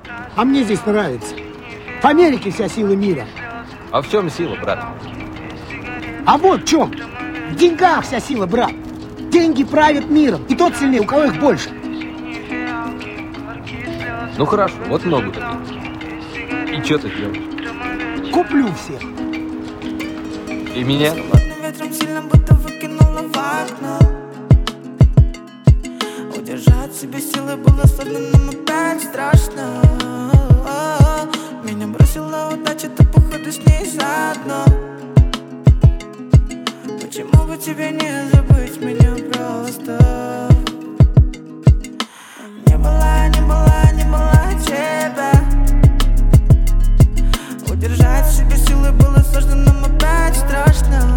А мне здесь нравится. В Америке вся сила мира. А в чем сила, брат? А вот в чем. В деньгах вся сила, брат. Деньги правят миром. И тот сильнее, у кого их больше. Ну хорошо, вот много таких. И что ты делаешь? Куплю всех. И меня? Холодным ветром сильно будто выкинуло в окно. Удержать в себе силы было сложно, нам опять страшно. Меня бросила удача, ты походу с ней заодно. Почему бы тебе не забыть меня просто? Не была тебя. Удержать в себе силы было сложно, нам опять страшно.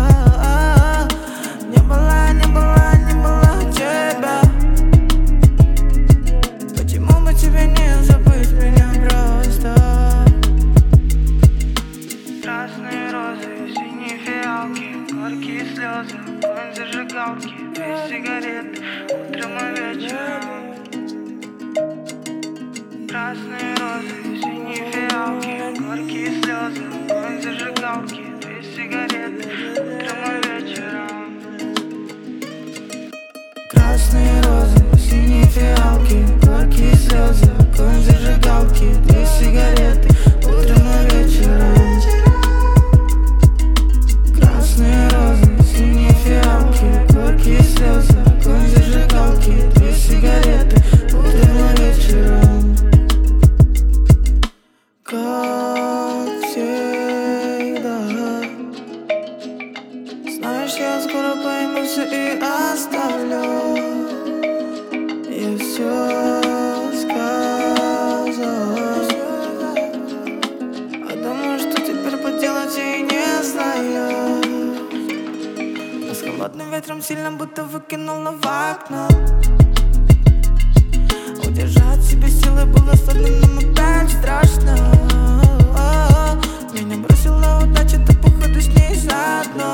Не была тебя. Почему бы тебе не забыть меня просто? Красные розы, синие фиалки, горькие слезы, огонь зажигалки, 2 сигареты, утром и вечером. Красные розы, синие фиалки, горькие слезы, огонь зажигалки, 2 сигареты, утром и вечером. Красные розы, синие фиалки, горькие слезы, огонь зажигалки, 2 сигареты, утром и вечером. Красные розы, синие фиалки, горькие слезы, огонь зажигалки, 2 сигареты, утром и вечером. Как всегда. Знаешь, я скоро пойму все и оставлю. Я все сказал. А думаю, что теперь поделать я и не знаю. Но с холодным ветром сильно будто выкинуло в окно. Удержать в себе силы было сложно, нам опять страшно. Меня бросила удача, ты походу с ней заодно.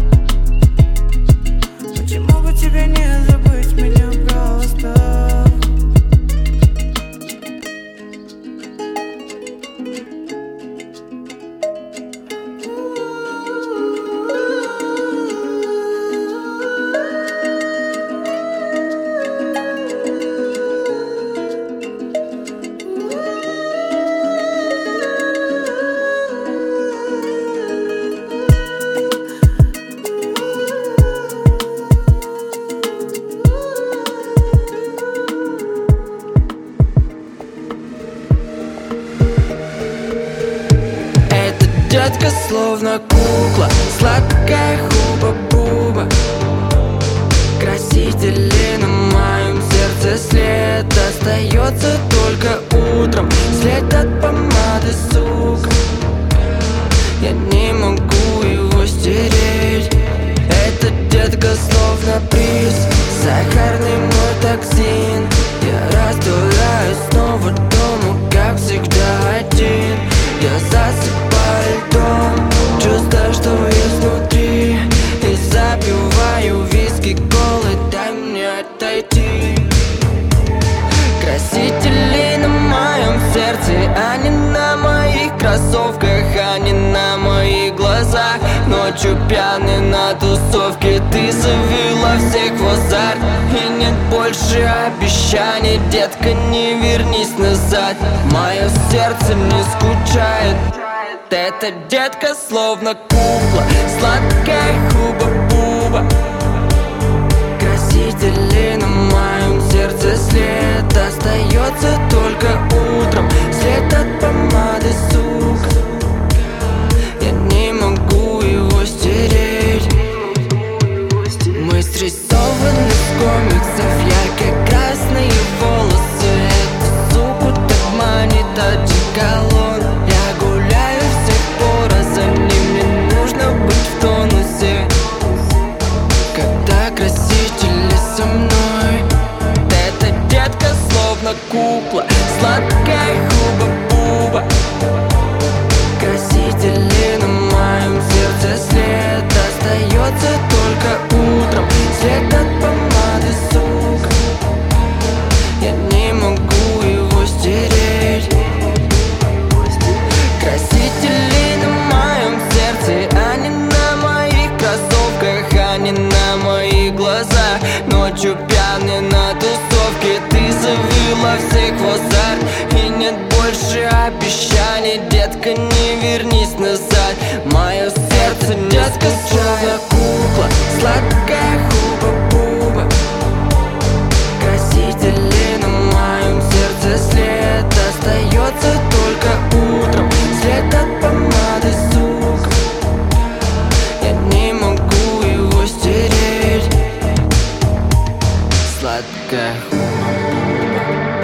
Почему бы тебе не забыть меня просто? Детка словно кукла, сладкая хуба-буба. Красители на моем сердце след остается только утром. След от помады, сука. Я не могу его стереть. Эта детка словно приз, сахарный мой токсин. Я растворяюсь снова дома, как всегда один. Я засыпаю льдом, чувствую, что есть внутри. И запиваю виски колой, дай мне отойти. Красители на моем сердце, а не на моих кроссовках, а не на моих глазах. Ночью пьяный на тусовке, ты завела всех в азарт. И нет больше обещаний, детка, не вернись назад. Мое сердце не скучает. Эта детка словно кукла, сладкая хуба-буба. Красители на моем сердце след остается только утром. След от помады, сука. Я не могу его стереть. Мы срисованы с комиксов, ярко-красные волосы. Эту суку так манит одеколон. Я гуляю всех порознь, мне нужно быть в тонусе. Когда красители со мной. Эта детка словно кукла, сладкая хуба-буба. Красители на моем сердце след остается только утром. След от помады, сука. Я не могу его стереть. наши обещания, детка, не вернись назад. Мое сердце не скучает. Кукла, сладкая хуба-буба, красители на моем сердце след. Остается только утром след от помады, сука. Я не могу его стереть. Сладкая хуба,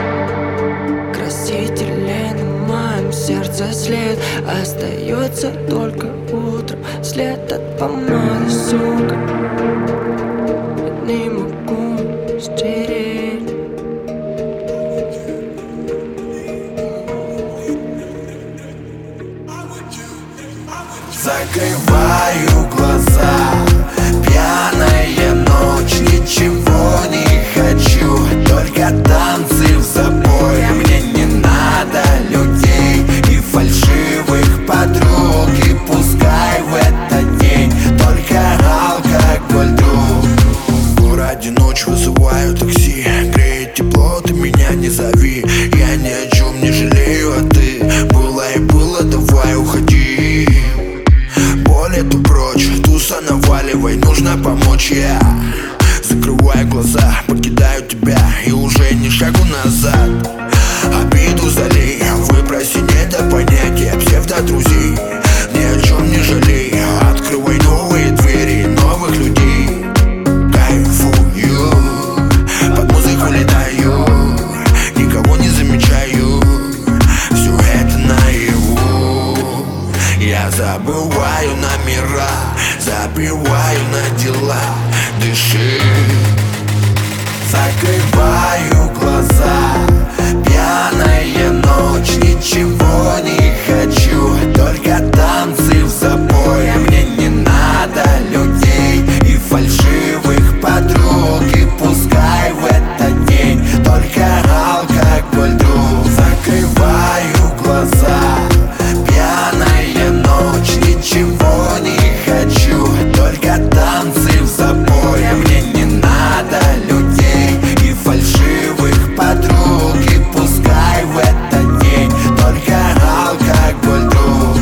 красители на моем сердце след. Остается только утром след от помады, сука. Я не могу стереть. Закрываю глаза, пьяная ночь, ничего не хочу, только танцы в забое. Мне не надо людей и фальшивых подруг, и пускай в этот день только алкоголь, друг. В городе ночь, вызываю такси, греет тепло, ты меня не зови. Я ни о чем не жалею, а ты было и было, давай уходи. Боль эту прочь, туса наваливай, нужно помочь. Я закрываю глаза, покидаю тебя, и уже ни шагу назад. Обиду залей, выброси недопонятия, псевдодрузей. Ни о чем не жалей, открывай новые двери, новых людей. Кайфую, под музыку летаю, никого не замечаю, все это наяву. Я забываю номера, забиваю на дела, дыши. Закрываю глаза, пьяная ночь, ничего не хочу, только танцы в забое. Мне не надо людей и фальшивых подруг, и пускай в этот день только алкоголь, друг. Закрываю глаза, пьяная ночь, ничего не хочу, только танцы в забое. Мне не надо людей и фальшивых подруг, и пускай в этот день только алкоголь, друг.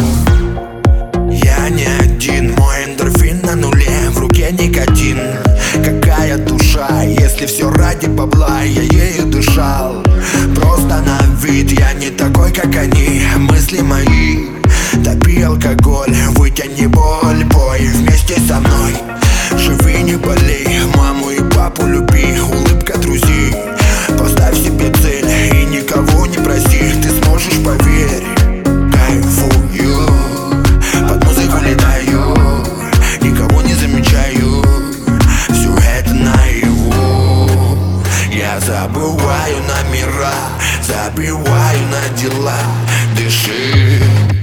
Я не один, мой эндорфин на нуле, в руке никотин. Какая душа, если все ради бабла, я ею дышал. Просто на вид я не такой, как они, мысли мои. Топи алкоголь, вытяни боль, пой вместе со мной. Живи, не болей, маму и папу люби, улыбка друзей. Поставь себе цель и никого не проси, ты сможешь, поверь. Кайфую, под музыку летаю, никого не замечаю, все это наяву. Я забываю номера, забиваю на дела, дыши.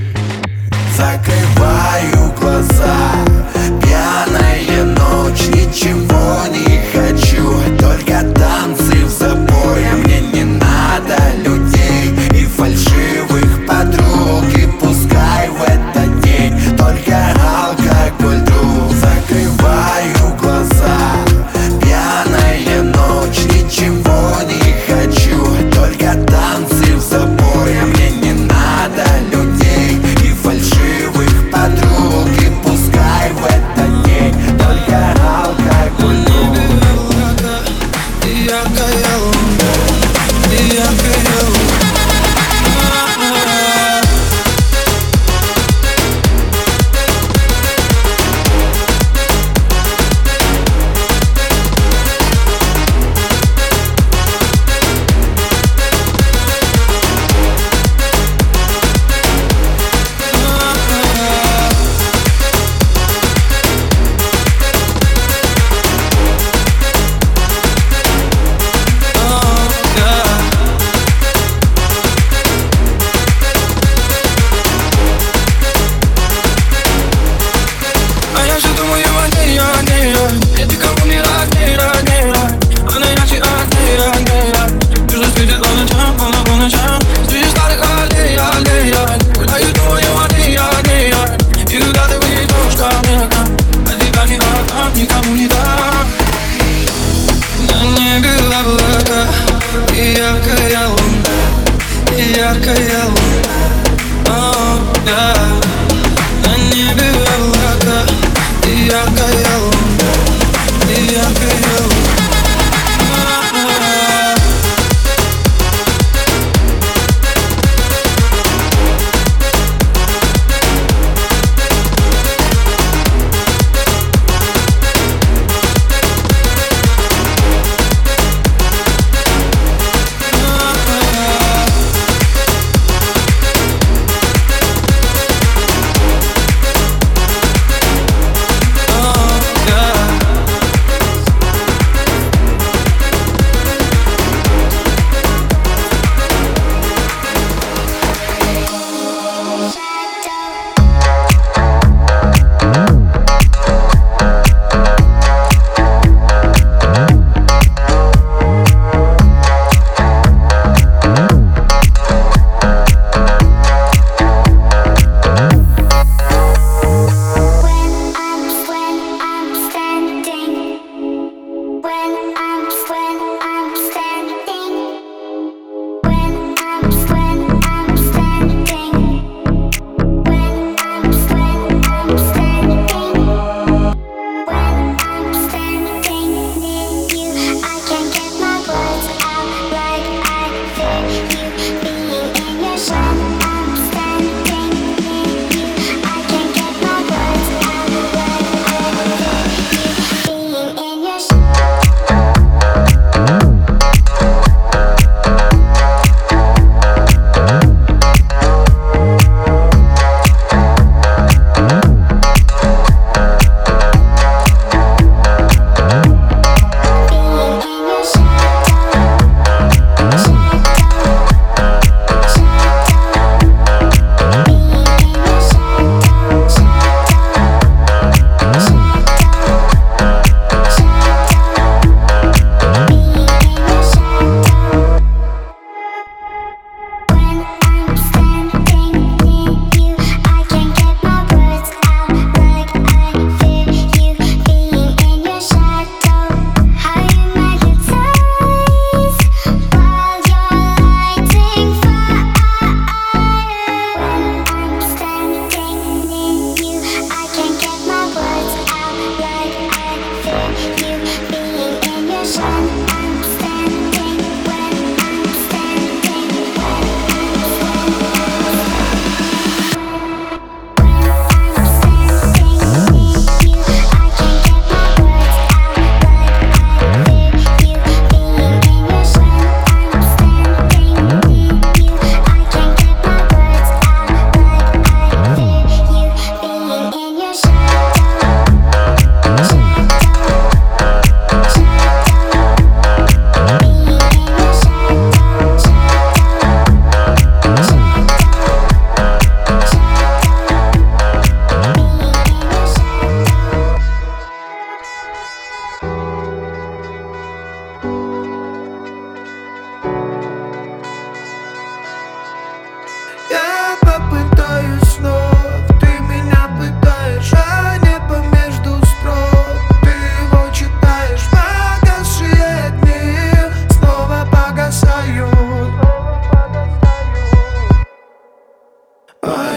Закрываю глаза, пьяная ночь, ничего не хочу, только танцы в забое. Мне не надо людей и фальшивых подруг, и пускай в этот день только алкоголь, друг. Закрываю глаза, пьяная ночь, ничего не хочу, только танцы в забое. Мне не надо людей и фальшивых подруг, и пускай в этот день только алкоголь, друг. яркая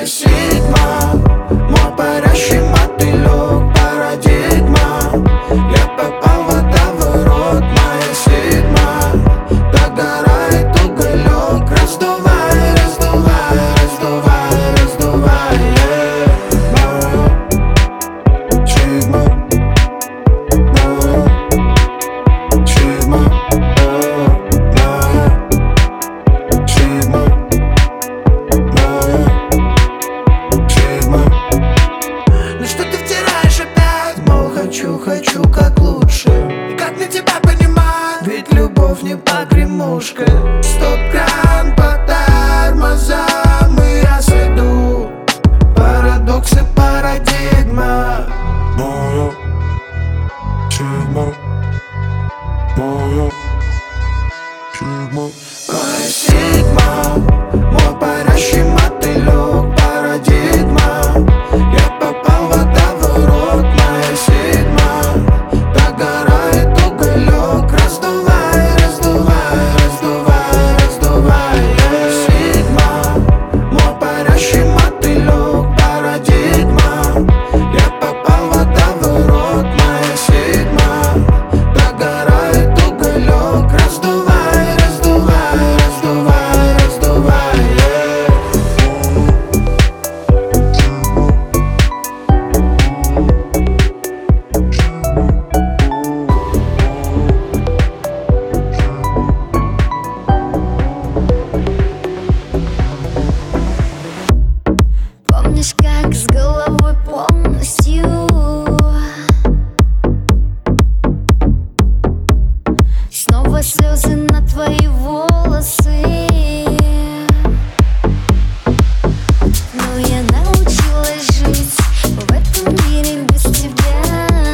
Моя сигма, мой парящий мотылек, парадигма. Я попал в водоворот, моя сигма. Догорает уголек, раздувай, раздувай, раздувай, раздувай, моя сигма, моя сигма, моя сигма, моя сигма. Ну что ты втираешь опять? Мол, хочу, хочу как лучше. И как мне тебя понимать? Ведь любовь не погремушка. 100 грамм по тормозам, и я сойду. Парадоксы, парадигма. Моя сигма, моя сигма. Моя сигма, мой парящий мотылек, парадигма. Я попал в водоворот, моя сигма. Догорает уголек, раздувай, раздувай, раздувай, раздувай, сигма. Мой парящий мотылек, парадигма. Я попал в водоворот, моя сигма. Догорает уголек, раздувай, раздувай, раздувай, раздувай, Помнишь, как с головой полностью снова слезы на твои волосы. Но я научилась жить в этом мире без тебя.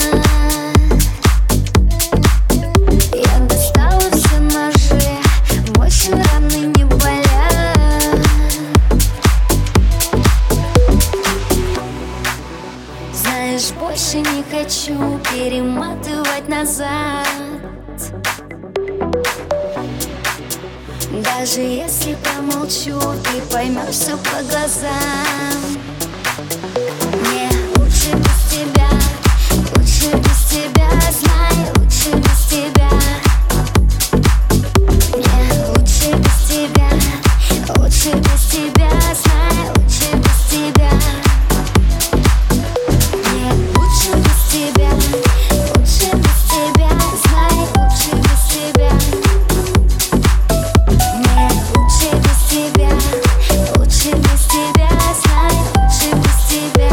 Я достала все ножи, больше раны не болят. Знаешь, больше не хочу перематывать назад. Даже если промолчу, ты поймешь все по глазам. Мне лучше без тебя, знай, лучше без тебя. Мне лучше без тебя, знай, лучше без тебя. Мне лучше без тебя, знай, лучше без тебя. Мне лучше без тебя, знай, лучше без тебя.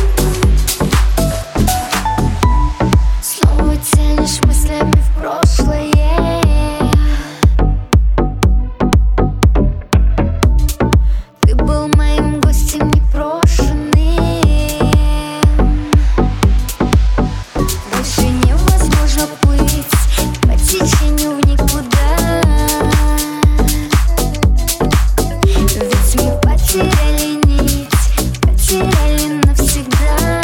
Снова тянешь мыслями в прошлое. Ты был моим гостем непрошенным. Больше невозможно плыть по течению в никуда. Ведь мы потеряли нить, потеряли навсегда.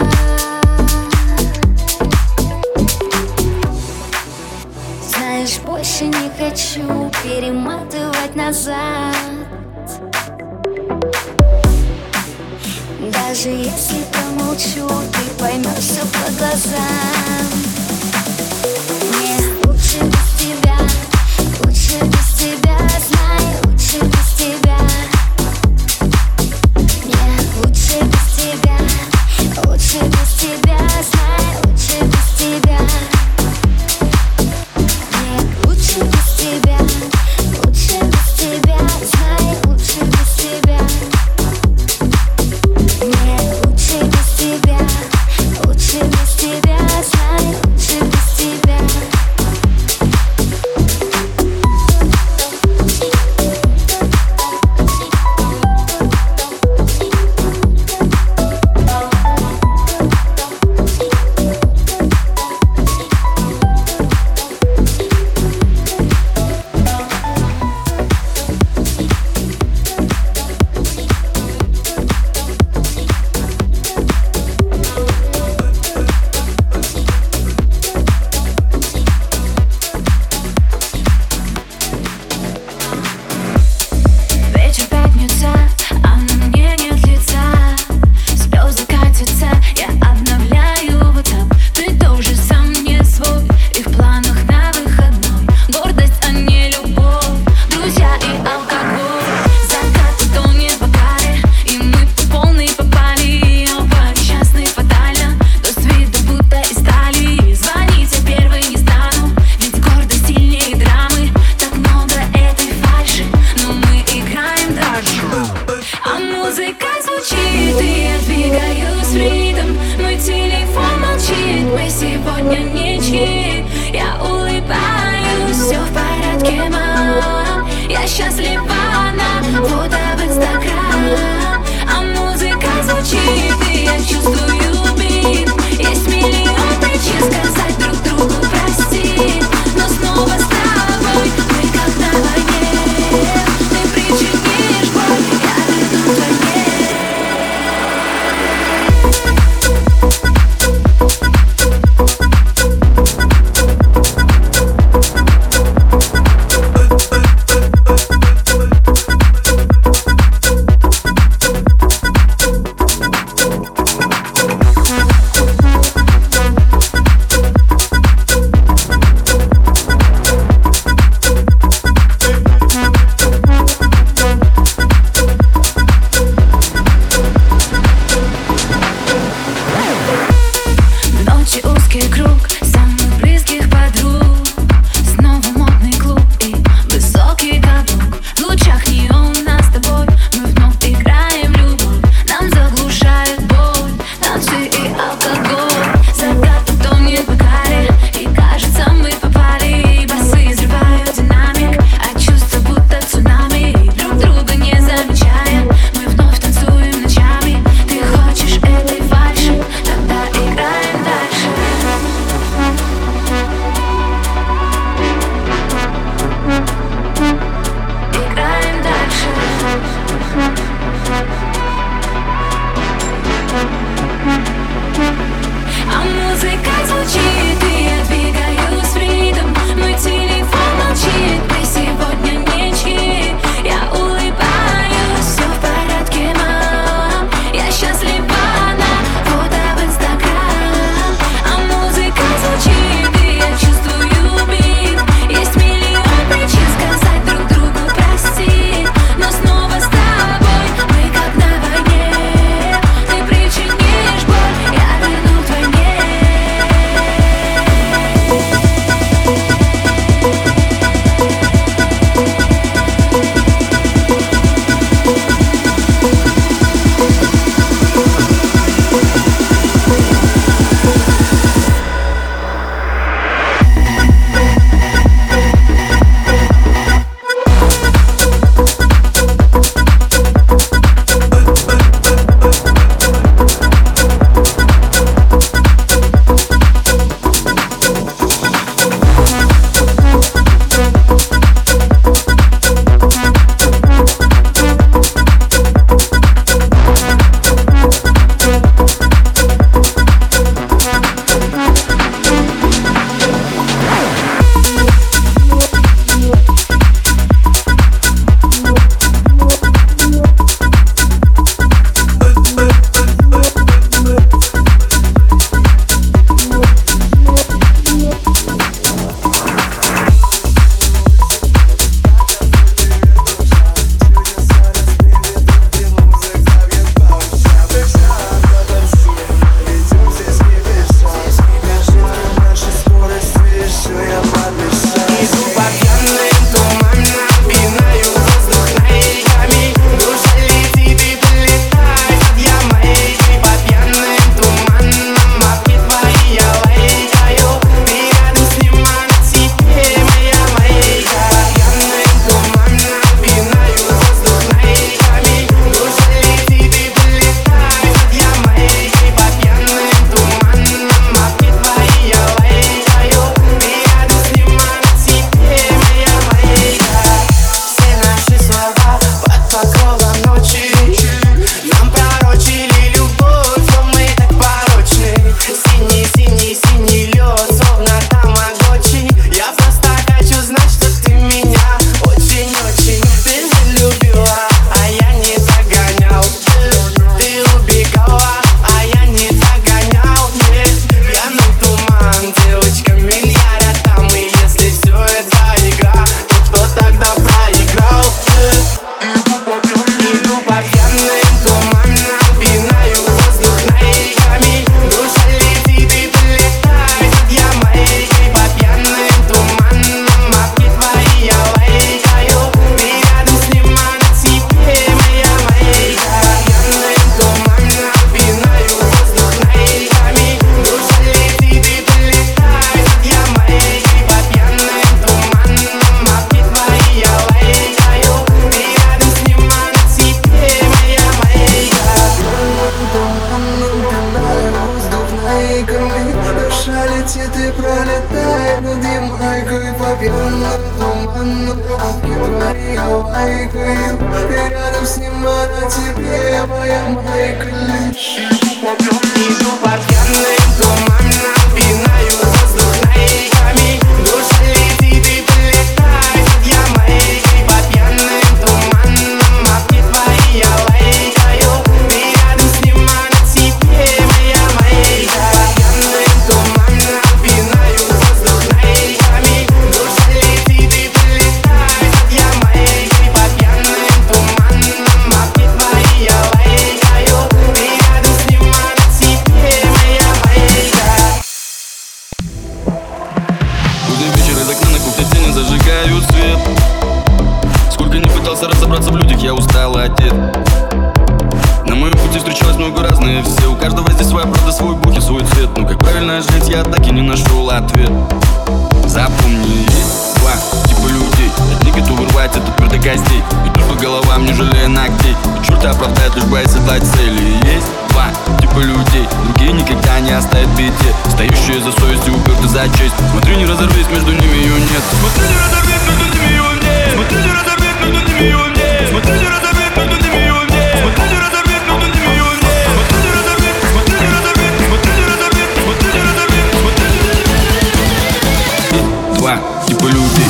Знаешь, больше не хочу перематывать назад. Даже если промолчу, ты поймешь все по глазам. Мне лучше без тебя, знай, лучше без тебя. Мне лучше без тебя, знай, лучше без тебя. Мне лучше без тебя, знай, лучше без тебя. Мне лучше без тебя, знай, лучше Музыка звучит, и я двигаюсь в ритм. Мой телефон молчит, мы сегодня ничьи. Я улыбаюсь, все в порядке, мам. Я счастлива на фото в Инстаграм. А музыка звучит, и я чувствую бит. Есть миллион причин сказать друг другу прости. Но снова с тобой мы как на войне. Ты причинишь боль, я веду вдвойне. майкаю, и рядом с ним она тебе, моя майкаешь. Иду по пьяным домам, напинаю воздух ногами. Душа летит и прилетает от Ямайки. По пьяным туманам апки твои я лайкаю, и рядом с ним она тебе, моя майка. По пьяным туманам напинаю воздух ногами. Душа летит и прилетает от Ямайки. По пьяным туманам апки твои я лайкаю, и рядом с ним она тебе, моя майка. Поздний вечер, из окна на кухне тени зажигают свет. Сколько не пытался разобраться в людях, я устал и одет. На моем пути встречалось много разных все. У каждого здесь своя правда, свой бог и свой цвет. Но как правильно жить, я так и не нашел ответ. Запомни, есть два типа людей. Одни готовы рвать это твердо костей, идут по головам, не жалея ногтей, и черт оправдает, лишь бы оседлать цели. Есть два типа людей, другие никогда не оставят в беде, стоящие за совесть и уперты за честь. Смотри, не разорвись, между ними ее нет. Смотри, не разорвись, между ними ее нет. Смотри, не разорвись, между ними ее нет. Смотри, не разорвись, между ними ее нет. Смотри, не разорвись, между ними ее нет. Смотри, не разорвись, смотри, не разорвись, смотри, не разорвись, смотри, не разорвись, смотри, не разорвись. Два типа людей.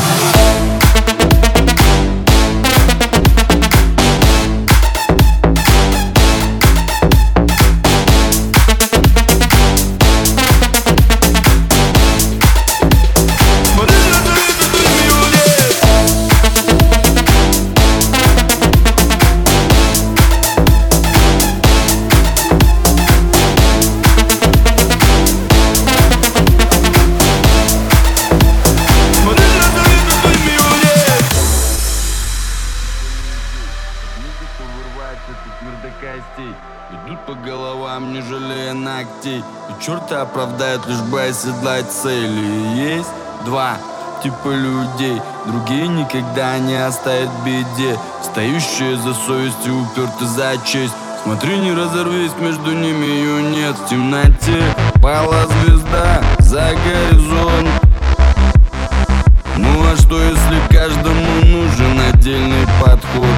Идут по головам, не жалея ногтей, и черта оправдает, лишь бы оседлать цели. Есть два типа людей, другие никогда не оставят в беде, стоящие за совесть и уперты за честь. Смотри, не разорвись, между ними ее нет. В темноте пала звезда за горизонт. Ну а что, если каждому нужен отдельный подход?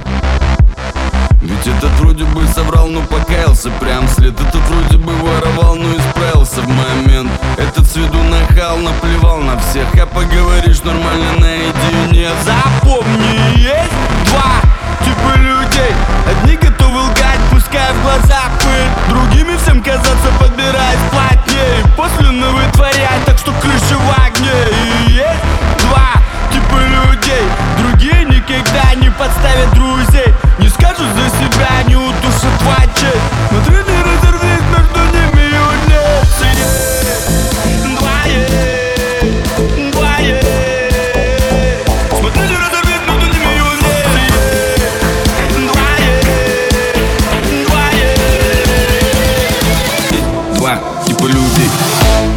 Ведь этот вроде бы соврал, но покаялся прям след. Этот вроде бы воровал, но исправился в момент. Этот с виду нахал, наплевал на всех. А поговоришь нормально наедине. Запомни, есть два типа людей. Одни готовы лгать, пускай в глазах пыль, другими всем казаться, подбирать плотнее, после вытворять, так что крыша в огне. И есть два типа людей, другие никогда не подставят друзей, не скажут за себя, не удушат в отчет. Смотри, не разорвись, между ними ее нет. Два есть, два есть. Смотри, не разорвись, между ними ее нет. Два есть, два есть. Два типа людей.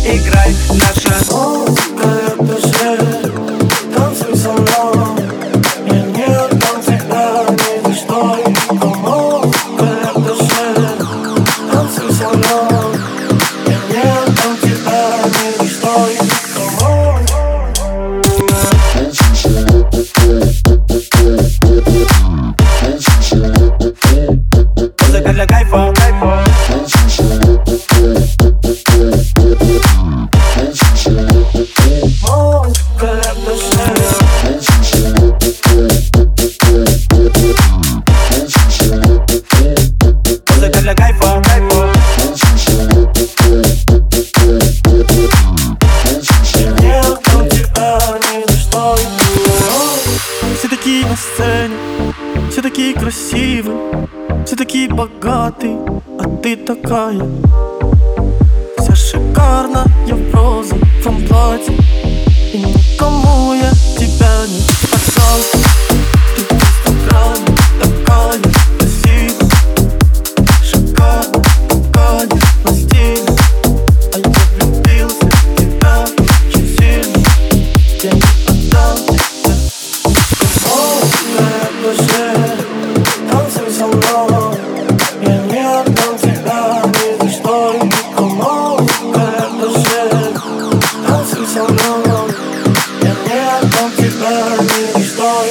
играй наша музыка, это же танцуй со мной. Я не отдам тебя ни за что. Музыка, это же танцуй со мной. Я не отдам тебя ни за что. Музыка для кайфа. Музыка для кайфа. Все такие на сцене, все такие красивые, все такие богатые, а ты такая вся шикарная в розовом платье. И никому я тебя не отдам. Ты в инстаграме такая красивая, шикарная, такая на стиле. А я влюбился в тебя очень сильно. Я не отдам тебя. Танцуй со мной. Я не отдам тебя ни за что. Музыка, это же танцуй со мной. Я не отдам тебя ни за что.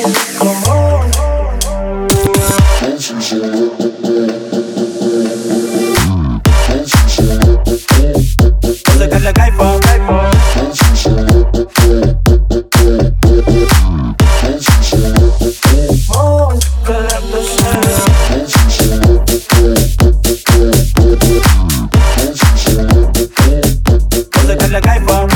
Музыка для кайфа. Музыка для кайфа.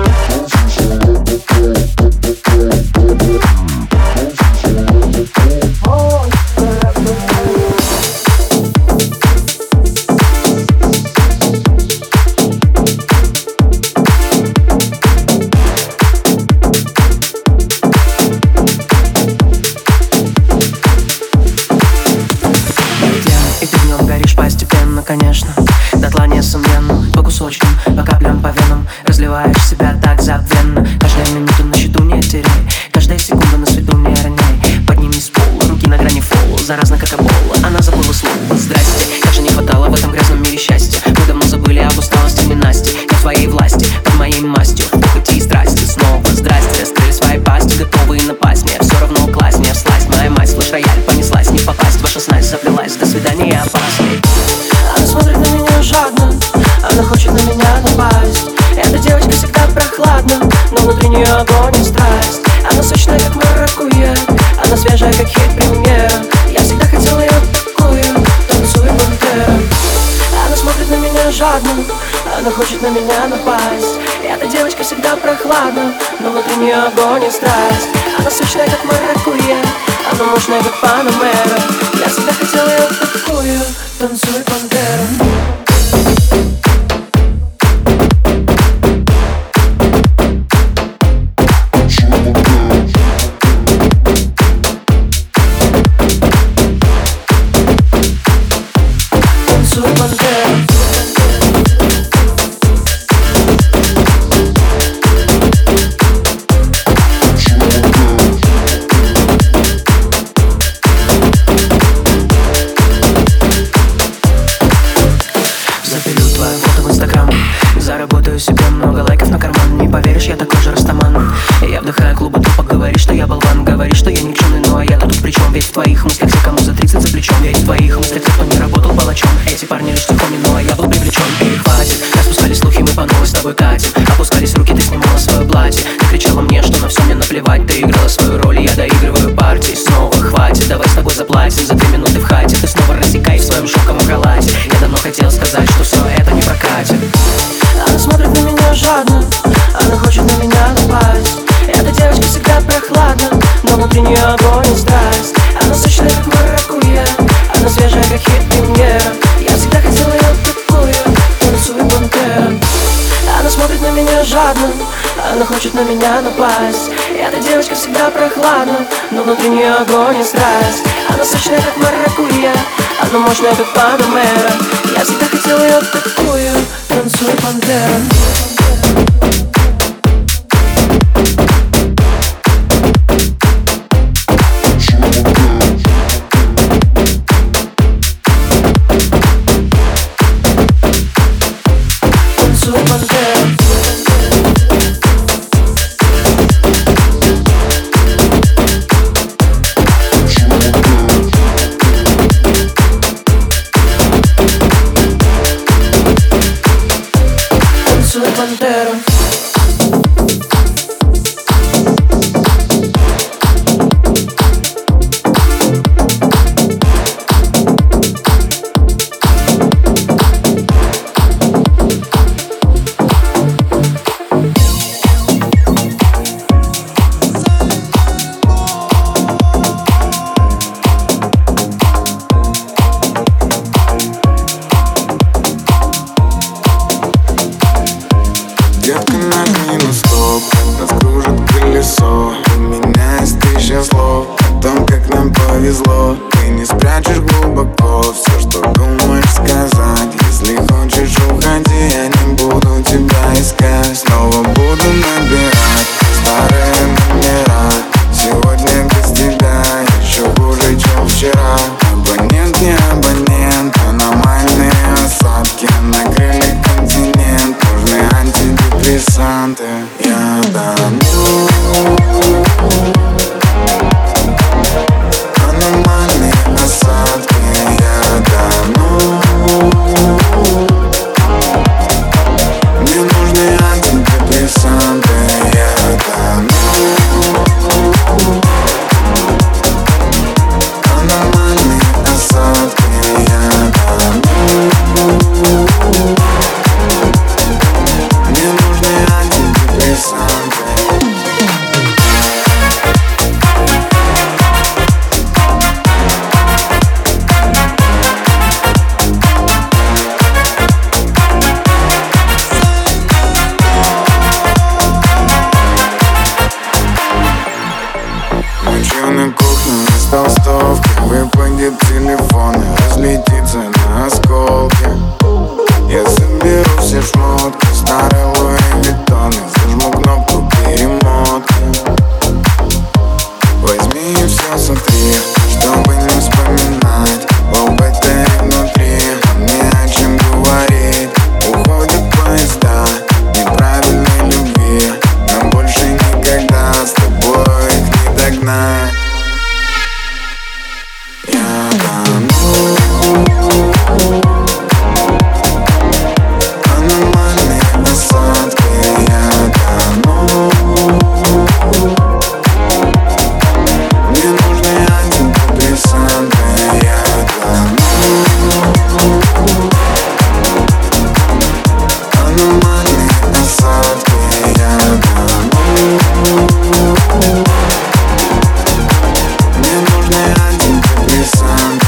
И ты в нем горишь постепенно, конечно. Дотла несомненно, по кусочкам, по каплям, по венам. Разливаешь себя так забвенно. Каждая минута на счету не теряй, каждая секунда на свету не роняй. Подними с пола, руки на грани фола. Заразно как эбола, она забыла слово здрасте. Как же не хватало в этом грязном мире счастья. Мы давно забыли об усталости ненасти. Не в твоей власти, под моей мастью. Похоти и страсти, снова здрасте. Раскрыли свои пасти, готовые напасть. Мне все равно класснее всласть. Моя мать, флеш-рояль, понеслась. Не попасть, ваша снасть заплелась. До свидания, опасный. Она смотрит на меня жадно, она хочет на меня напасть. Эта девочка всегда прохладна, но внутри нее огонь и страсть. Она сочная, как маракуйя, она свежая, как хит-премьера. Я всегда хотел ее такую, танцуй, пантера. Она смотрит на меня жадно, она хочет на меня напасть. Эта девочка всегда прохладна, но внутри нее огонь и страсть. Она сочная, как маракуйя, она мощная, как панамера. Я всегда хотел ее такую, танцуй, пантера. Заработаю себе много лайков на карман. Не поверишь, я такой же растаман. Я вдыхаю клубы, тупо говоришь, что я болван. Говоришь, что я никчемный, ну а я-то тут при чем? Ведь в твоих мыслях все, кому за 30 за плечом. Ведь в твоих мыслях те, кто не работал палачом. Эти парни лишь тихони, ну а я был привлечен. И хватит, распускали слухи, мы по новой с тобой катим. Опускались руки, ты снимала свое платье. Ты кричала мне, что на все мне наплевать. Ты играла свою роль, и я доигрываю партии. Снова хватит, давай с тобой заплатим. За 2 минуты в хате ты снова рассекай в своем шоковом халате. Я давно хотел сказать, что все это не прокатит. Она смотрит на меня жадно, она хочет на меня напасть. Эта девочка всегда прохладна, но внутри нее огонь и страсть. Она сочная, как маракуйя, она свежая, как хит-премьера. Я всегда хотел ее такую, танцуй, пантера. Она смотрит на меня жадно, она хочет на меня напасть. Эта девочка всегда прохладна, но внутри нее огонь и страсть. Она сочная, как маракуйя, она мощная, как панамера. Я всегда хотел ее такую, танцуй, пантера. не на стоп, раскружит колесо. У меня есть 1000 слов о том, как нам повезло. Ты не спрячешь глубоко все, что думаешь сказать. Если хочешь, уходи, я не буду тебя искать. Снова буду набирать старые номера. Сегодня без тебя еще хуже, чем вчера. Абонент не абонент, аномальные осадки накрыли континент. Нужны антидепрессанты. Я тону. Аномальные осадки. Я тону. Мне нужны антидепрессанты. Я тону. Аномальные осадки. Я тону. Мне нужны антидепрессанты. Ночью на кухне из толстовки выпадет телефон и разлетится на осколки. Я соберу все шмотки, старый Луи Виттон, и зажму кнопку перемотки. Возьми и все сотри, чтобы не вспоминать об этой внутри. Не о чем говорить. Уходят поезда неправильной любви, но больше никогда с тобой их не догнать. Я тону. Аномальные осадки. Я тону. Мне нужны антидепрессанты. Я тону. Аномальные осадки. Я тону. Мне нужны антидепрессанты.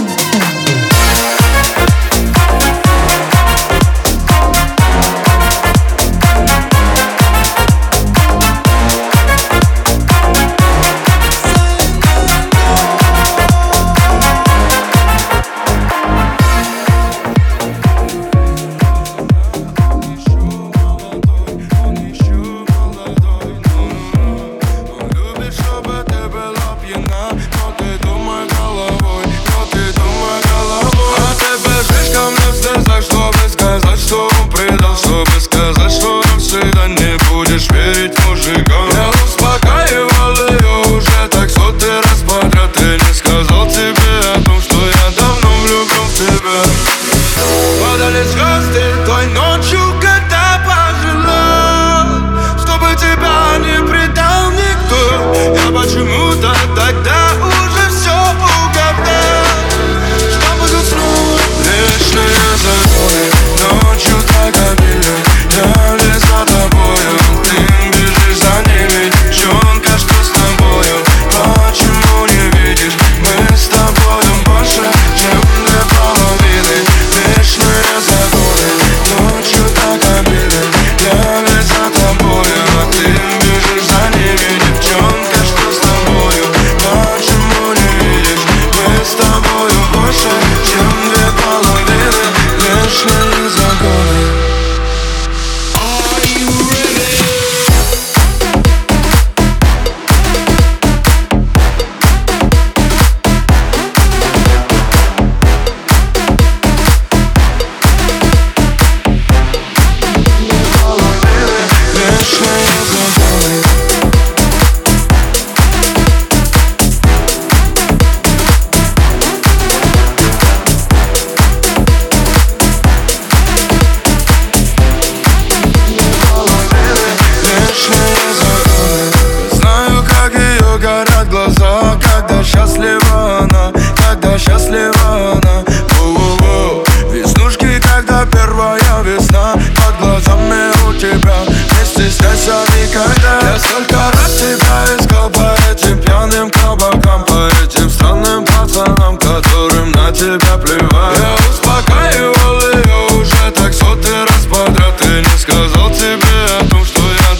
тебя плевать. Я успокаивал ее уже так 100-й раз подряд. И не сказал тебе о том, что я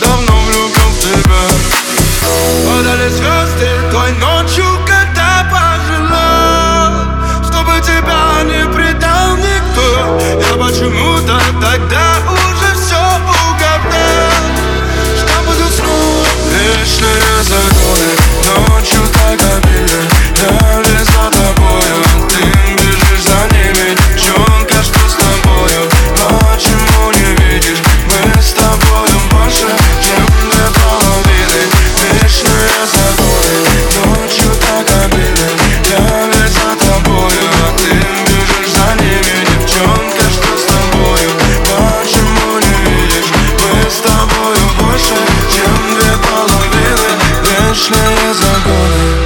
вечное за годы.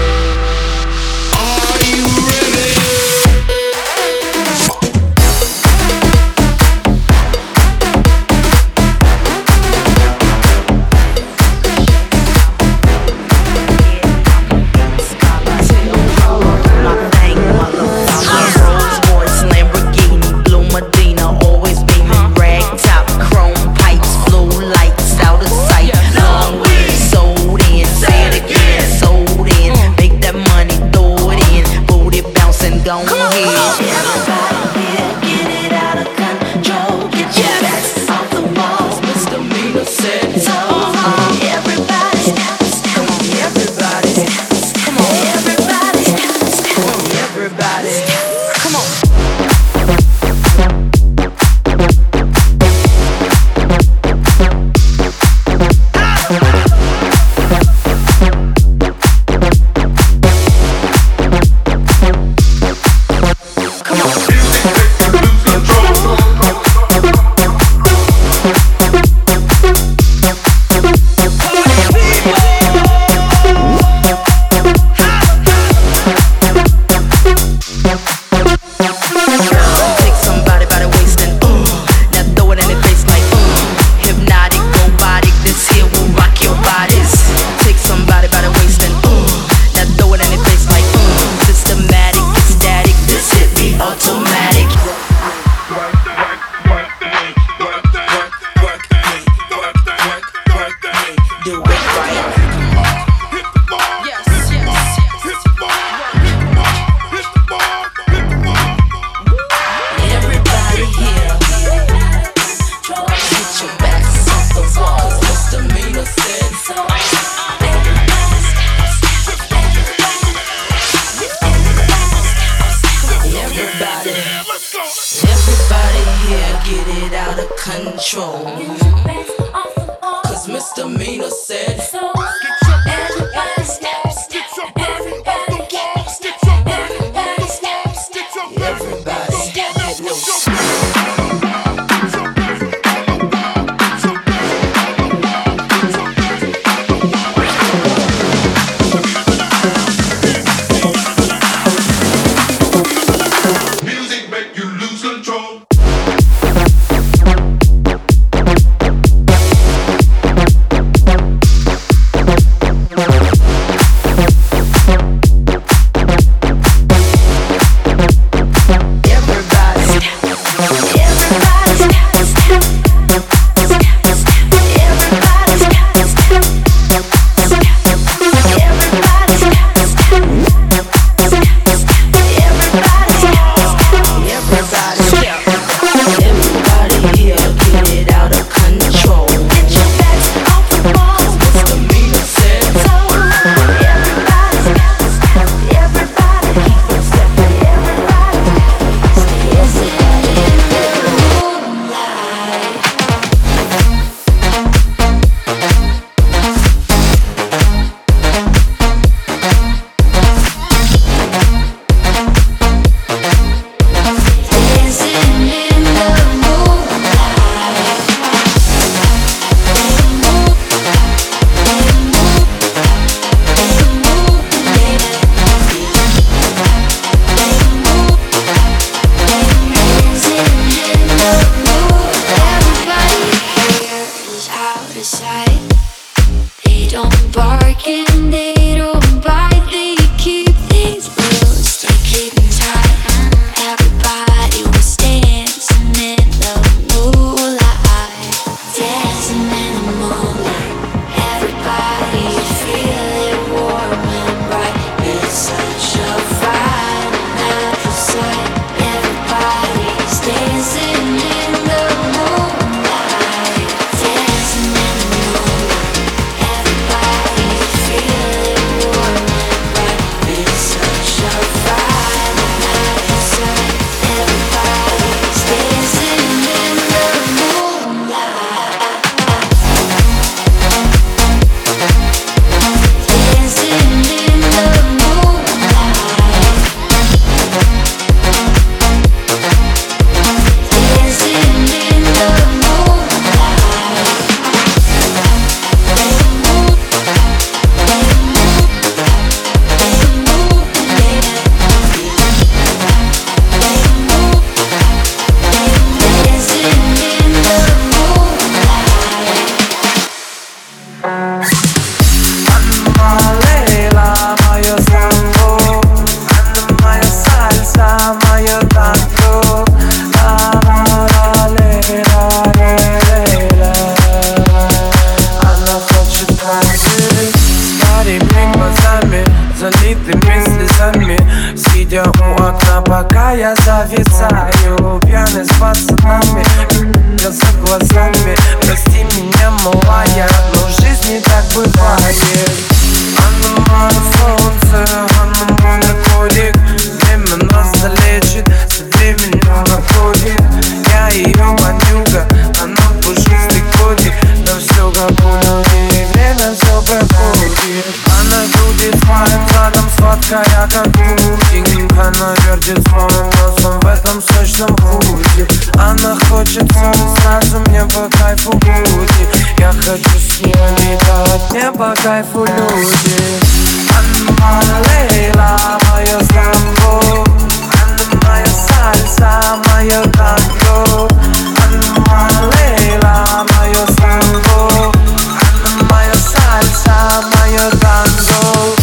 меня, пока я зависаю. Пьяный с пацанами, я за глазами. Прости меня, малая, но в жизни так бывает. Она мое солнце, она мой наркотик. Время нас залечит, со временем находит. Я ее манюга, она пушистый котик. Да все как у людей, время все проходит. Она крутит с моим задом, сладкая как пудинг. Она вертит с моим носом в этом сочном худе. Она хочет все сразу, мне по кайфу будет. Я хочу с ней летать, мне по кайфу люди. Она моя Лейла, моя Стамбул. Она моя сальса, моя танго. Она моя Лейла, моя Стамбул. Она моя сальса, моя танго.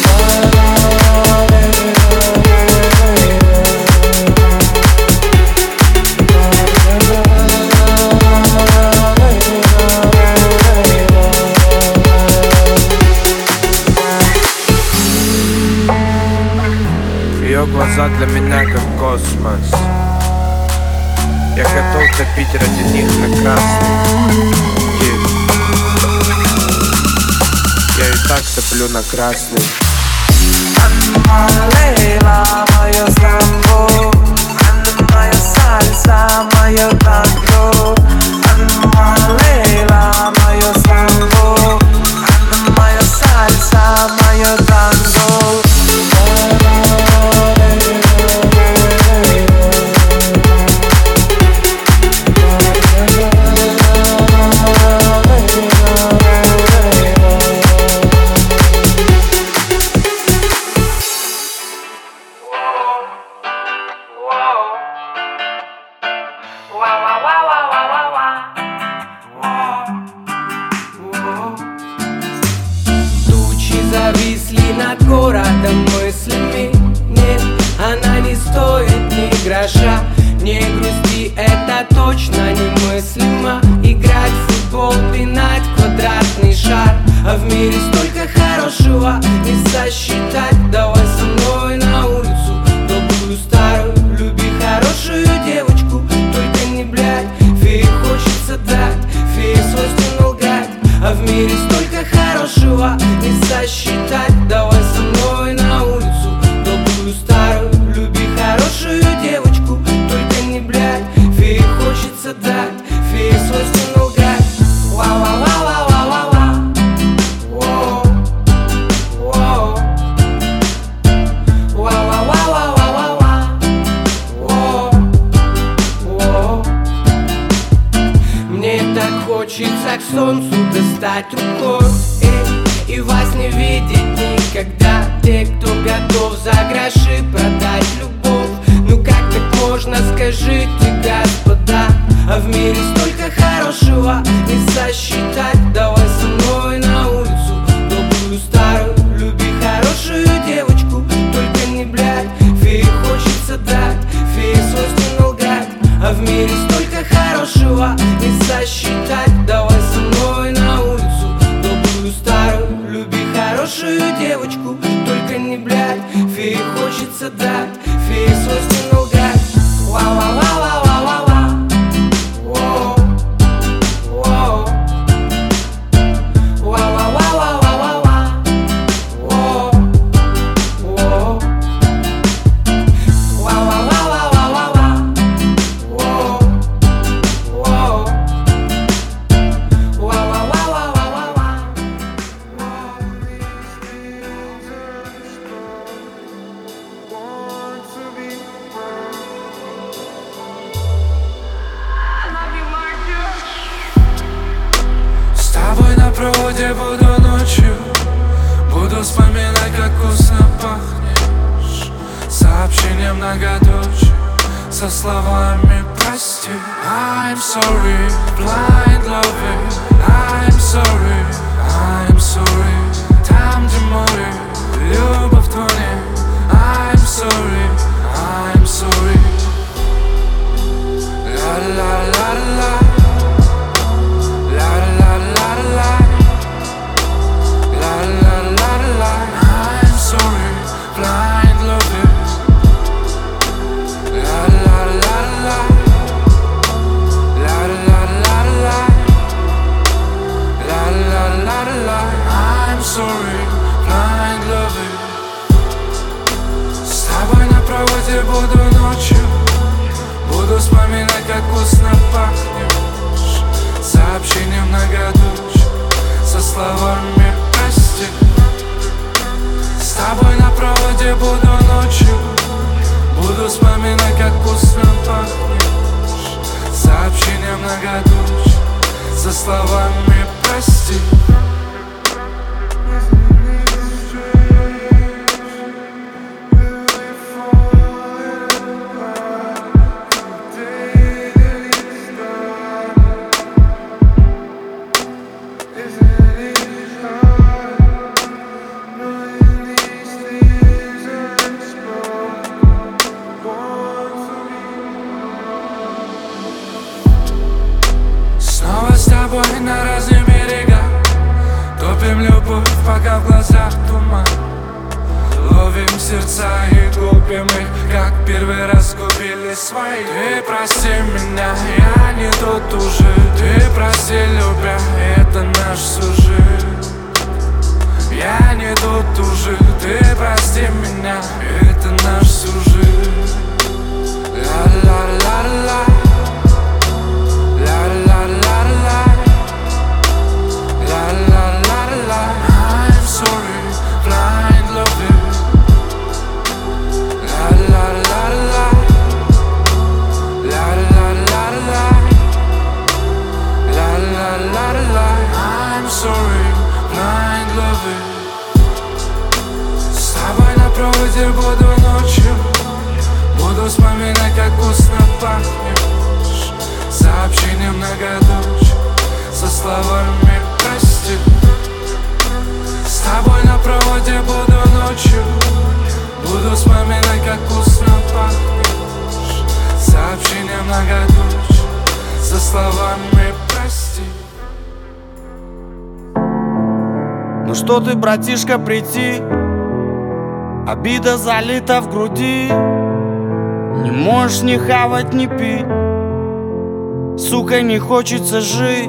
Ее глаза для меня как космос. Я готов топить ради них на красный. Я и так топлю на красный. Она моя Лейла, моя Стамбул. Она моя сальса, моя танго. Она моя Лейла, моя Стамбул. Она моя сальса, моя танго. Тучи зависли над городом мыслями. Нет, она не стоит ни гроша. Не грусти, это точно немыслимо. Играть в футбол, пинать квадратный шар. А в мире столько хорошего не сосчитать. Давай со мной на улицу, добрую старую. Люби хорошую девочку, только не блядь. Фее хочется дать, фее свойственно лгать. А в мире столько хорошего не сосчитать. Давай со мной на улицу, добрую старую. Люби хорошую девочку, только не блядь. Фее хочется дать, фее свойственно лгать. Ва-ва-ва-ва-ва-ва-ва. Воу. Ва-ва-ва-ва-ва-ва-ва. Воу. Мне так хочется к солнцу достать рукой и вас не видеть никогда. Те, кто готов за гроши продать любовь. Ну как так можно, скажите, господа? А в мире столько хорошего не сосчитать. Давай со мной на улицу, добрую старую. Люби хорошую девочку, только не блядь. Фее хочется дать, фее свойственно лгать. А в мире столько хорошего не сосчитать. Давай со мной на улицу, добрую старую. Люби хорошую девочку, только не блядь. Фее хочется дать, фее свойственно лгать. Ва-ва-ва-ва-ва-ва-ва. Воу. Воу. Ва-ва-ва-ва-ва-ва-ва. Воу. Воу. Ва-ва-ва-ва-ва-ва-ва. Воу. Воу. Ва-ва-ва-ва-ва-ва-ва. С тобой на проводе буду ночью. Буду вспоминать, как вкусно пахнешь. Сообщение многоточие со словами прости. I'm sorry, blind loving. I'm sorry, I'm sorry. Там, где море, любовь тонет. I'm sorry, I'm sorry. La-la-la-la-la. I'm sorry, blind loving. sorry, blind loving. С тобой на проводе буду ночью, буду вспоминать, как вкусно пахнешь. Сообщение многоточие со словами прости. С тобой на проводе буду ночью, буду вспоминать, как вкусно пахнешь. Сообщение многоточие со словами прости. Снова с тобой на разных берегах, топим любовь, пока в глазах туман. Ловим сердца и губим их, как первый раз губили свои. Ты прости меня, я не тот уже. Ты прости, любя, это наш сюжет. Я не тот уже. Ты прости меня, это наш сюжет. Ла-ла-ла-ла. I'm sorry, blind loving. La la la la. La la la la. La la la la. I'm sorry, blind loving. С тобой на проводе буду ночью, буду вспоминать, как вкусно пахнешь. Сообщение многоточие со словами прости. С тобой на проводе буду ночью, буду вспоминать, как вкусно пахнешь. Сообщение многоточие со словами прости. Ну что ты, братишка, прийти? Обида залита в груди. Не можешь ни хавать, ни пить. Сука, не хочется жить.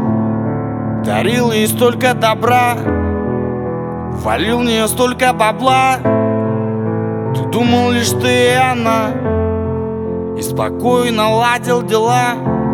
Дарил ей столько добра, валил в нее столько бабла. Ты думал лишь ты и она, и спокойно ладил дела.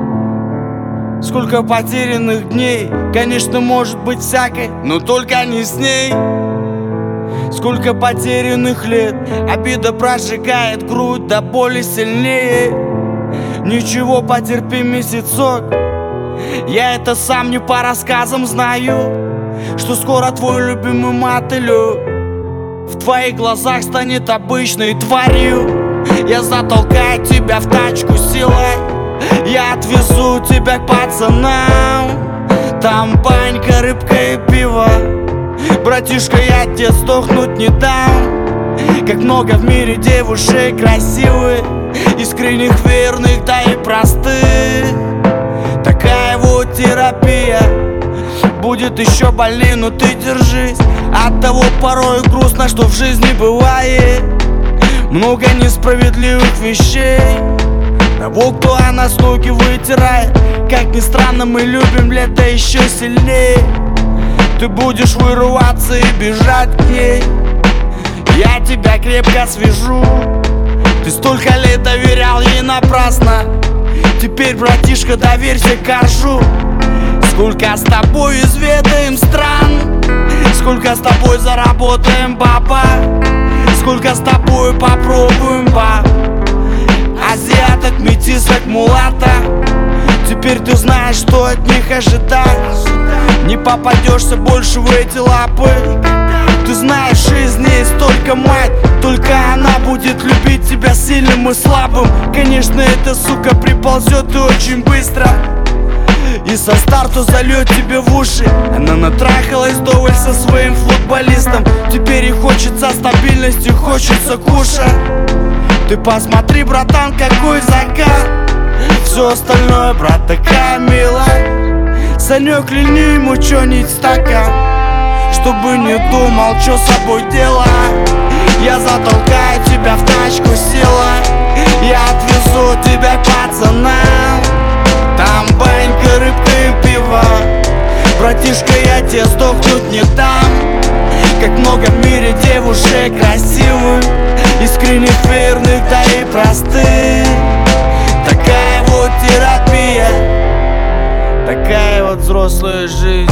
Сколько потерянных дней, конечно, может быть всякой, но только не с ней. Сколько потерянных лет, обида прожигает грудь до боли сильнее. Ничего, потерпи месяцок, я это сам не по рассказам знаю, что скоро твой любимый мотылек в твоих глазах станет обычной тварью. Я затолкаю тебя в тачку силой, я отвезу тебя к пацанам. Там банька, рыбка и пиво. Братишка, я тебе сдохнуть не дам. Как много в мире девушек красивых, искренних, верных, да и простых. Такая вот терапия будет еще больнее, но ты держись. От того порой грустно, что в жизни бывает много несправедливых вещей. Того, кто о нас ноги вытирает. Как ни странно, мы любим лето еще сильнее. Ты будешь вырываться и бежать к ней, я тебя крепко свяжу. Ты столько лет доверял ей напрасно, теперь, братишка, доверься коржу. Сколько с тобой изведаем стран, сколько с тобой заработаем баба, сколько с тобой попробуем баб. Азиаток, метисок, мулата. Теперь ты знаешь, что от них ожидать. Не попадешься больше в эти лапы. Ты знаешь, из ней столько мать, только она будет любить тебя сильным и слабым. Конечно, эта сука приползет и очень быстро, и со старту зальет тебе в уши. Она натрахалась вдоволь со своим футболистом. Теперь ей хочется стабильности, хочется кушать. Ты посмотри, братан, какой закат. Все остальное, брат, такая милая. Санек, льни ему чё-нибудь стакан, чтобы не думал, что с собой делать. Я затолкаю тебя в тачку силой, я отвезу тебя к пацанам. Там банька, рыбка и пиво. Братишка, я тебе сдохнуть не дам. как много в мире девушек красивых, искренних, верных, да и простых. Такая вот терапия, такая вот взрослая жизнь.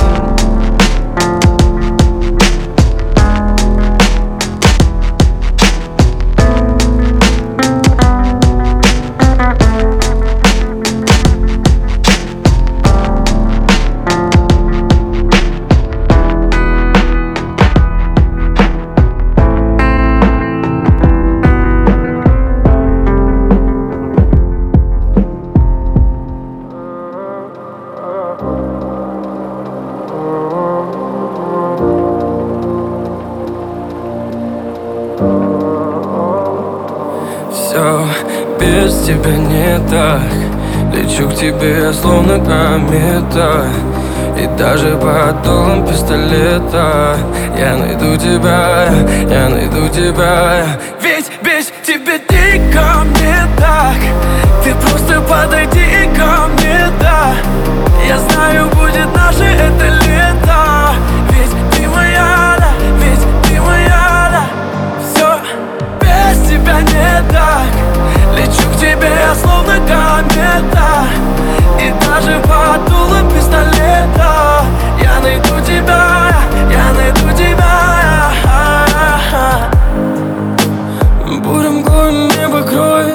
Все без тебя не так. Лечу к тебе, словно комета. И даже под дулом пистолета я найду тебя, я найду тебя. Ведь без тебя дико мне так. Ты просто подойди ко мне, да. Я знаю, будет наше это лето. Ведь ты моя, да, ведь ты моя, да. Все без тебя не так. Лечу к тебе, словно комета. И даже под дулом пистолета я найду тебя, я найду тебя. Буря мглой небо кроет,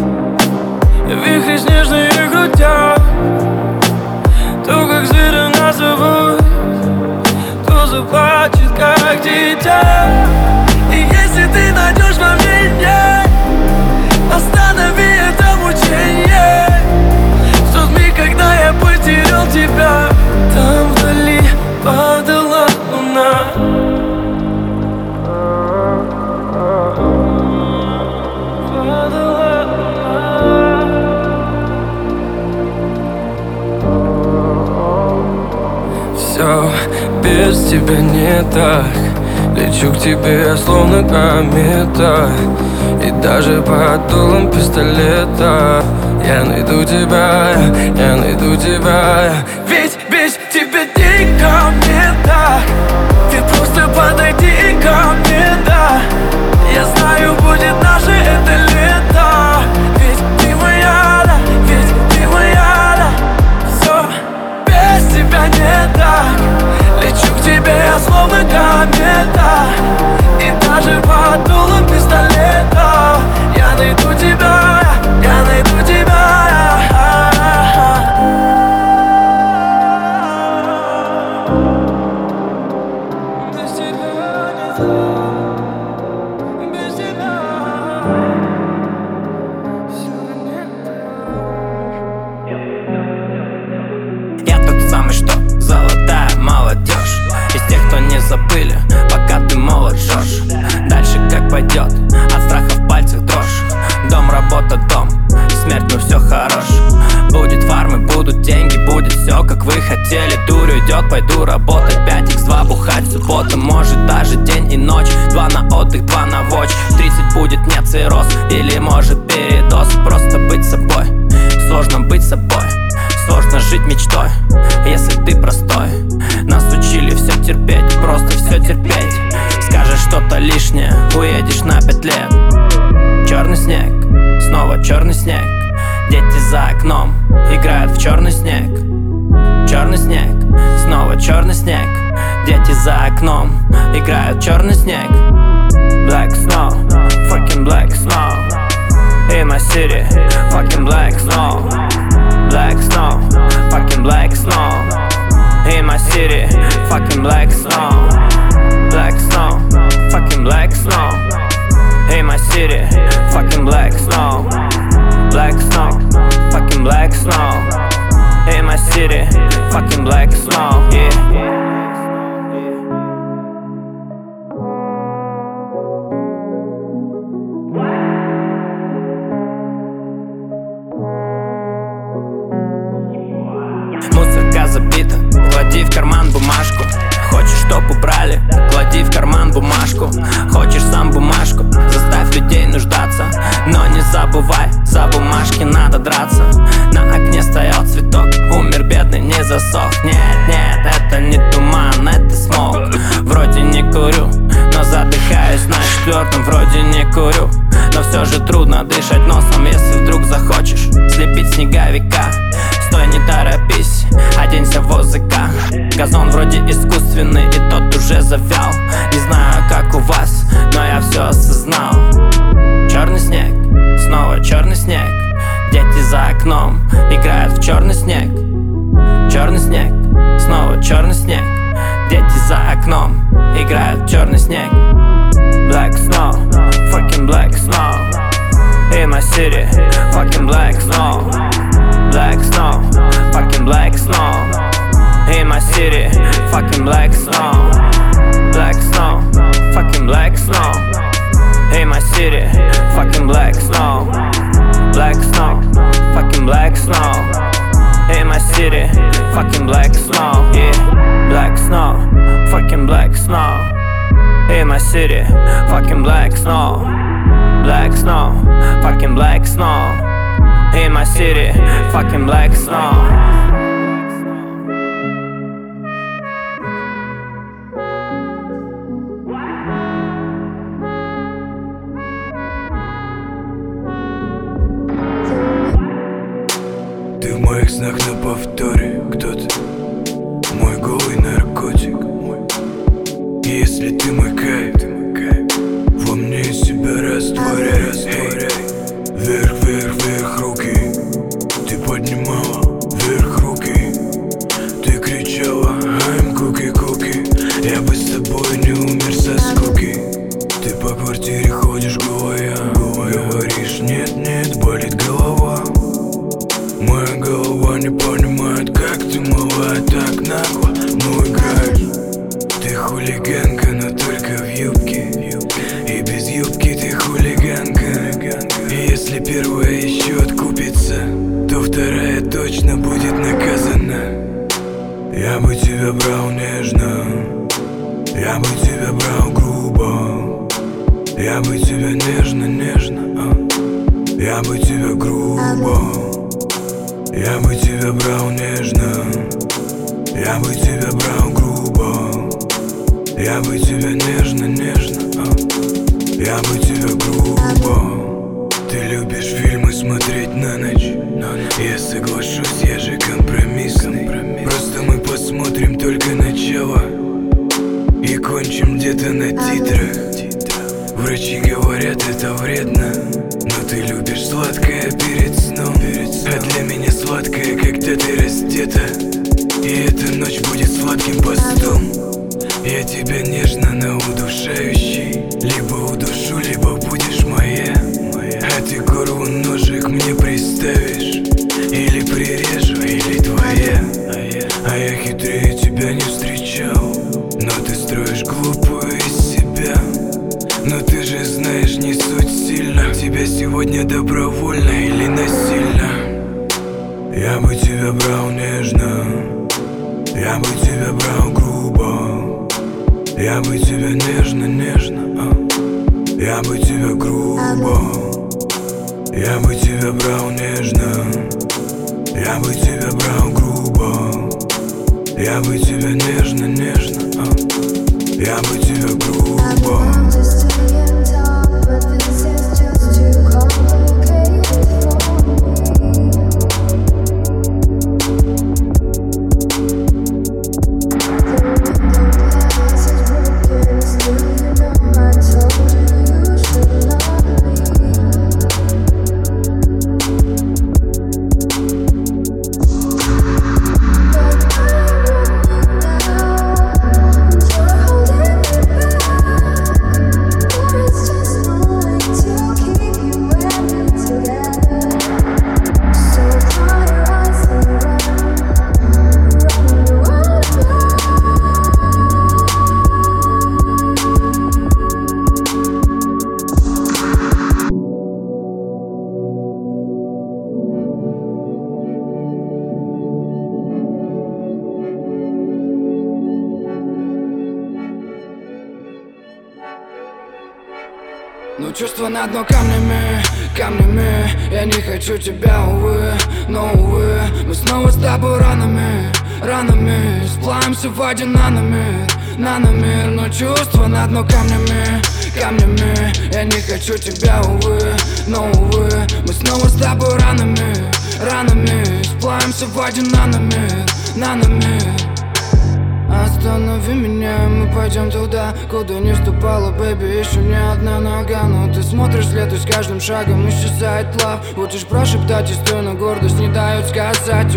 вихри снежные крутят. То, как зверя нас зовут, то заплачет, как дитя. И если ты найдешь во мне ней, останови это мучение. В тот миг, когда я потерял тебя, там вдали падала луна. Падала луна. Все без тебя не так. Лечу к тебе, словно комета. И даже под дулом пистолета я найду тебя, я найду тебя. Ведь без тебя дико мне так. Ты просто подойди ко мне, да. Я знаю, будет наше это лето. Ведь ты моя, да, ведь ты моя, да. Все без тебя не так. Лечу к тебе, словно комета. И даже под дулом пистолета я найду тебя, я найду тебя. Без тебя не так, без тебя все не так. Я тот самый, что золотая молодежь. Из тех, кто не забыли, пока ты молод жжешь. Дальше как пойдет, от страха в пальцах дрожь. Дом, работа, дом, смерть, ну все хорош. Будет фармы, будут деньги, будет все, как вы хотели. Дурь уйдет, пойду работать, 5х2 бухать в субботу. Может даже день и ночь, 2 на отдых, 2 на watch. 30 будет не цирроз, или может передоз. Просто быть собой, сложно быть собой. Сложно жить мечтой, если ты простой. Нас учили все терпеть, просто все терпеть. Скажешь что-то лишнее, уедешь на 5 лет. Черный снег, снова черный снег. Дети за окном играют в черный снег. Черный снег, снова черный снег. Дети за окном играют в черный снег. Black snow, fucking black snow. In my city, fucking black snow. Black snow, fucking black snow. In my city, fucking black snow. Black snow, fucking black snow. In my city, fucking black snow. Black snow, fucking black snow. In my city, fucking black snow. Yeah. Музыка забита, клади в карман бумажку. искусственный, и тот уже завял. Не знаю, как у вас, но я все осознал. Черный снег, снова черный снег. Дети за окном играют в черный снег. Черный снег, снова черный снег. Дети за окном играют в черный снег. Black snow, fucking black snow. In my city, fucking black snow. Black snow, fucking black snow. In my city, fucking black snow. Black snow, fucking black snow. In my city, fucking black snow. Black snow, fucking black snow. In my city, fucking black snow. Yeah, black snow, fucking black snow. In my city, fucking black snow. Black snow, fucking black snow. In my city, fucking black snow. Ты в моих снах на повторе. Кто ты? Мой голый наркотик. Если ты мой кайф, во мне себя растворяй. Вверх, вверх, вверх руки. Ты поднимала вверх руки. Ты кричала I'm cookie, cookie. Я бы с тобой не умер со скуки. Ты по квартире ходишь голая. Говоришь нет, нет, болит голова. Моя голова не понимает, как ты мала так нагло. Ну играешь. Ты хулиганка, но только в юбке. И без юбки ты хулиганка. И если первая еще откупится, то вторая точно будет наказана. Я бы тебя брал нежно. Я бы тебя брал грубо. Я бы тебя нежно, нежно. Я бы тебя грубо. Я бы тебя брал нежно. Я бы тебя брал грубо. Я бы тебя нежно, нежно. Я бы тебя грубо. Ты любишь фильмы смотреть на ночь. Я соглашусь, я же компромиссный. Просто мы посмотрим только начало и кончим где-то на титрах. Врачи говорят, это вредно, но ты любишь сладкое перед сном. А для меня сладкое, когда ты раздета. И эта ночь будет сладким постом. Я тебя нежно, но удушающий. Либо удушу, либо будешь моя. А ты горлу ножик мне приставишь. Или прирежу, или твоя. А я хитрее тебя не встречал. Но ты строишь глупую из себя. Но ты же знаешь, не суть сильно. Тебя сегодня добровольно или насильно. Я бы тебя брал нежно. Я бы тебя брал грубо. Я бы тебя нежно, нежно. Я бы тебя грубо. Я бы тебя брал нежно. Я бы тебя брал грубо. Я бы тебя нежно, нежно. Я бы тебя грубо. Но чувства на дно камнями, камнями. Я не хочу тебя, увы, но увы. Мы снова с тобой ранами, ранами. Сплавимся в воде на номер. Но чувства на дно камнями, камнями. Я не хочу тебя, увы, но увы. Мы снова с тобой ранами, ранами. Сплавимся в воде на номер. Останови меня, мы пойдем туда, куда не ступала, бэби, еще не одна нога. Но ты смотришь вслед, и с каждым шагом исчезает лав. Будешь прошептать, и стойно гордость не дает сказать.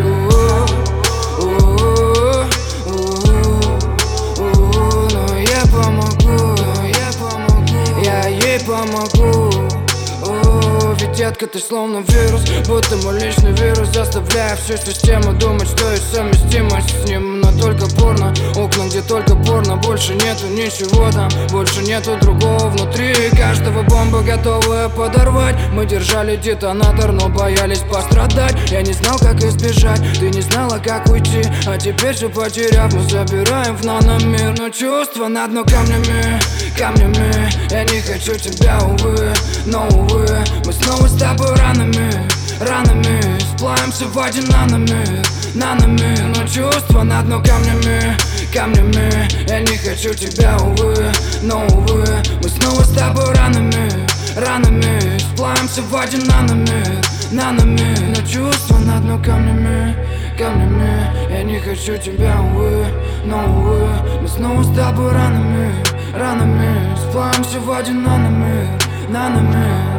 Но я помогу, я ей помогу. Ведь, детка, ты словно вирус, будто мой личный вирус, заставляя всю систему думать, что есть совместимость с ним. Но только порно, окна, где только порно, больше нету ничего там, больше нету другого внутри. Каждого бомба готовая подорвать. Мы держали детонатор, но боялись пострадать. Я не знал, как избежать, ты не знала, как уйти. А теперь все потеряв, мы забираем в наномир. Но чувства на дно камнями, камнями. Я не хочу тебя, увы, но увы. Мы снова с тобой ранами, ранами. Сплавимся в воде наномир, наномир. Но чувства на дно камнями, камнями. Я не хочу тебя, увы, но увы. Мы снова с тобой ранами, ранами. Сплавимся в воде наномир, наномир. Но чувства на дно камнями, камнями. Я не хочу тебя, увы, но увы. Мы снова с тобой ранами, ранами. Сплавимся в воде наномир, наномир.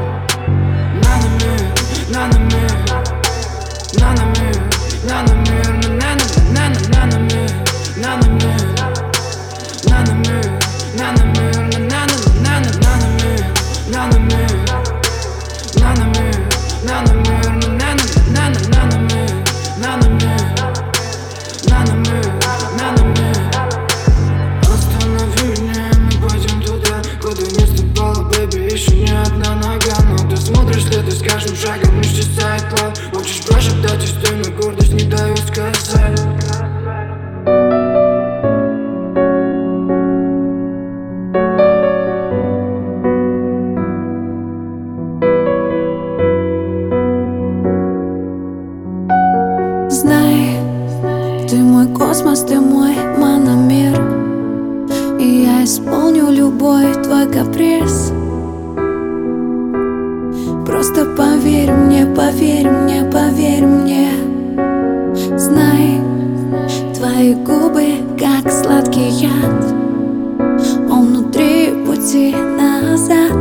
Наномир, наномир, наномир, наномир, наномир, наномир, наномир, наномир, наномир, наномир, наномир, наномир, наномир, наномир. Останови меня, мы пойдем туда, куда не ступала, бэби, еще не одна нога. Но ты смотришь вслед, и с каждым шагом исчезает лав. Хочешь прошептать, и стойно гордость не дает сказать. Знай, ты мой космос, ты мой мономер, и я исполню любой твой каприз. Просто поверь мне, поверь мне, поверь мне. Знай, твои губы как сладкий яд, он внутри пути назад.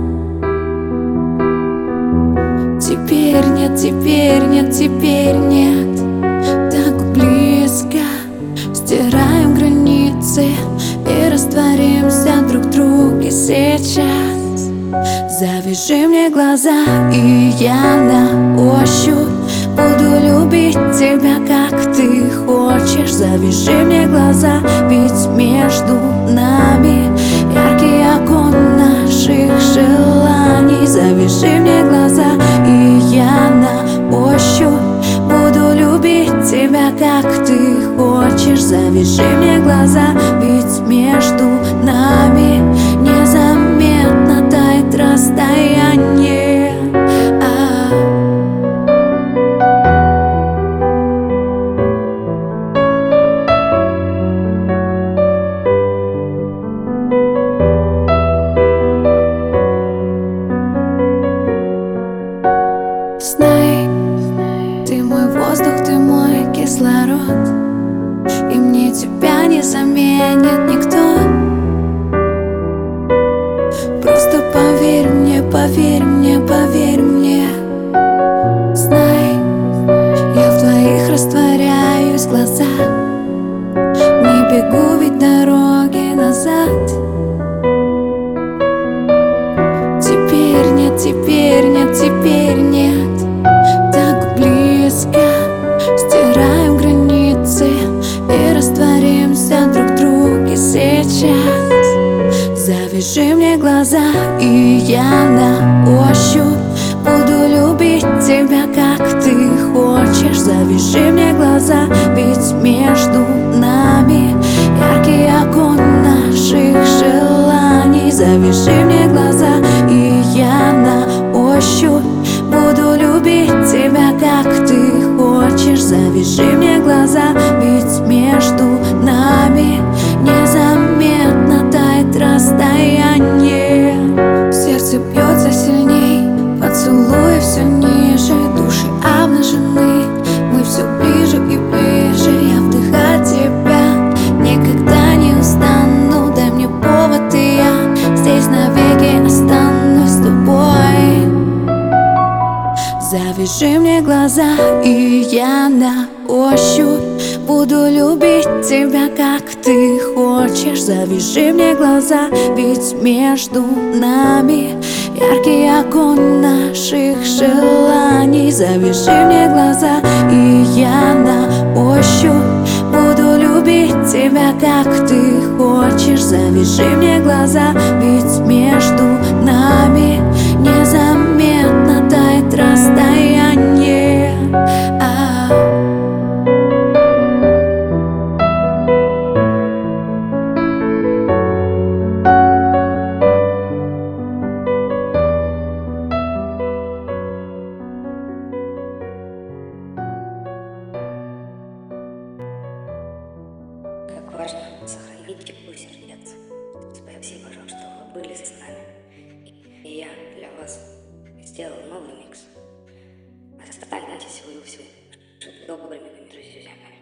Теперь нет, теперь нет, теперь нет. Так близко стираем границы и растворимся друг в друге сейчас. Завяжи мне глаза, и я на ощупь буду любить тебя, как ты хочешь. Завяжи мне глаза, ведь между нами яркий огонь наших желаний. Завяжи мне глаза, и я на ощупь буду любить тебя, как ты хочешь. Завяжи мне глаза, ведь между нами незаметно тает расстояние. Знай, ты мой воздух, ты мой кислород, и мне тебя не заменит никто. Просто поверь мне, поверь мне, поверь мне. Знай, я в твоих растворяюсь в глазах, не бегу ведь дороги назад. Теперь нет, теперь нет, теперь нет. Так близко стираем границы и растворимся друг в друге сейчас. Завяжи мне глаза, и я на ощупь буду любить тебя, как ты хочешь. Завяжи мне глаза, ведь между нами яркий огонь наших желаний. Завяжи мне глаза, и я на ощупь буду любить тебя, как ты хочешь. Завяжи мне глаза, ведь между нами незаметно тает расстояние. Сердце бьется сильней, поцелуи все ниже, души обнажены, мы все ближе и ближе. Я вдыхаю тебя, никогда глаза, и я на ощупь буду любить тебя, как ты хочешь. Завяжи мне глаза, ведь между нами яркий огонь наших желаний. Завяжи мне глаза, и я на ощупь буду любить тебя, как ты хочешь. Завяжи мне глаза, ведь между нами незаметно тает расстояние. Как важно сохранить тепло сердец. Спасибо, что вы были с нами. И я для вас сделал новый микс. Останьтесь вы все добрыми друзьями.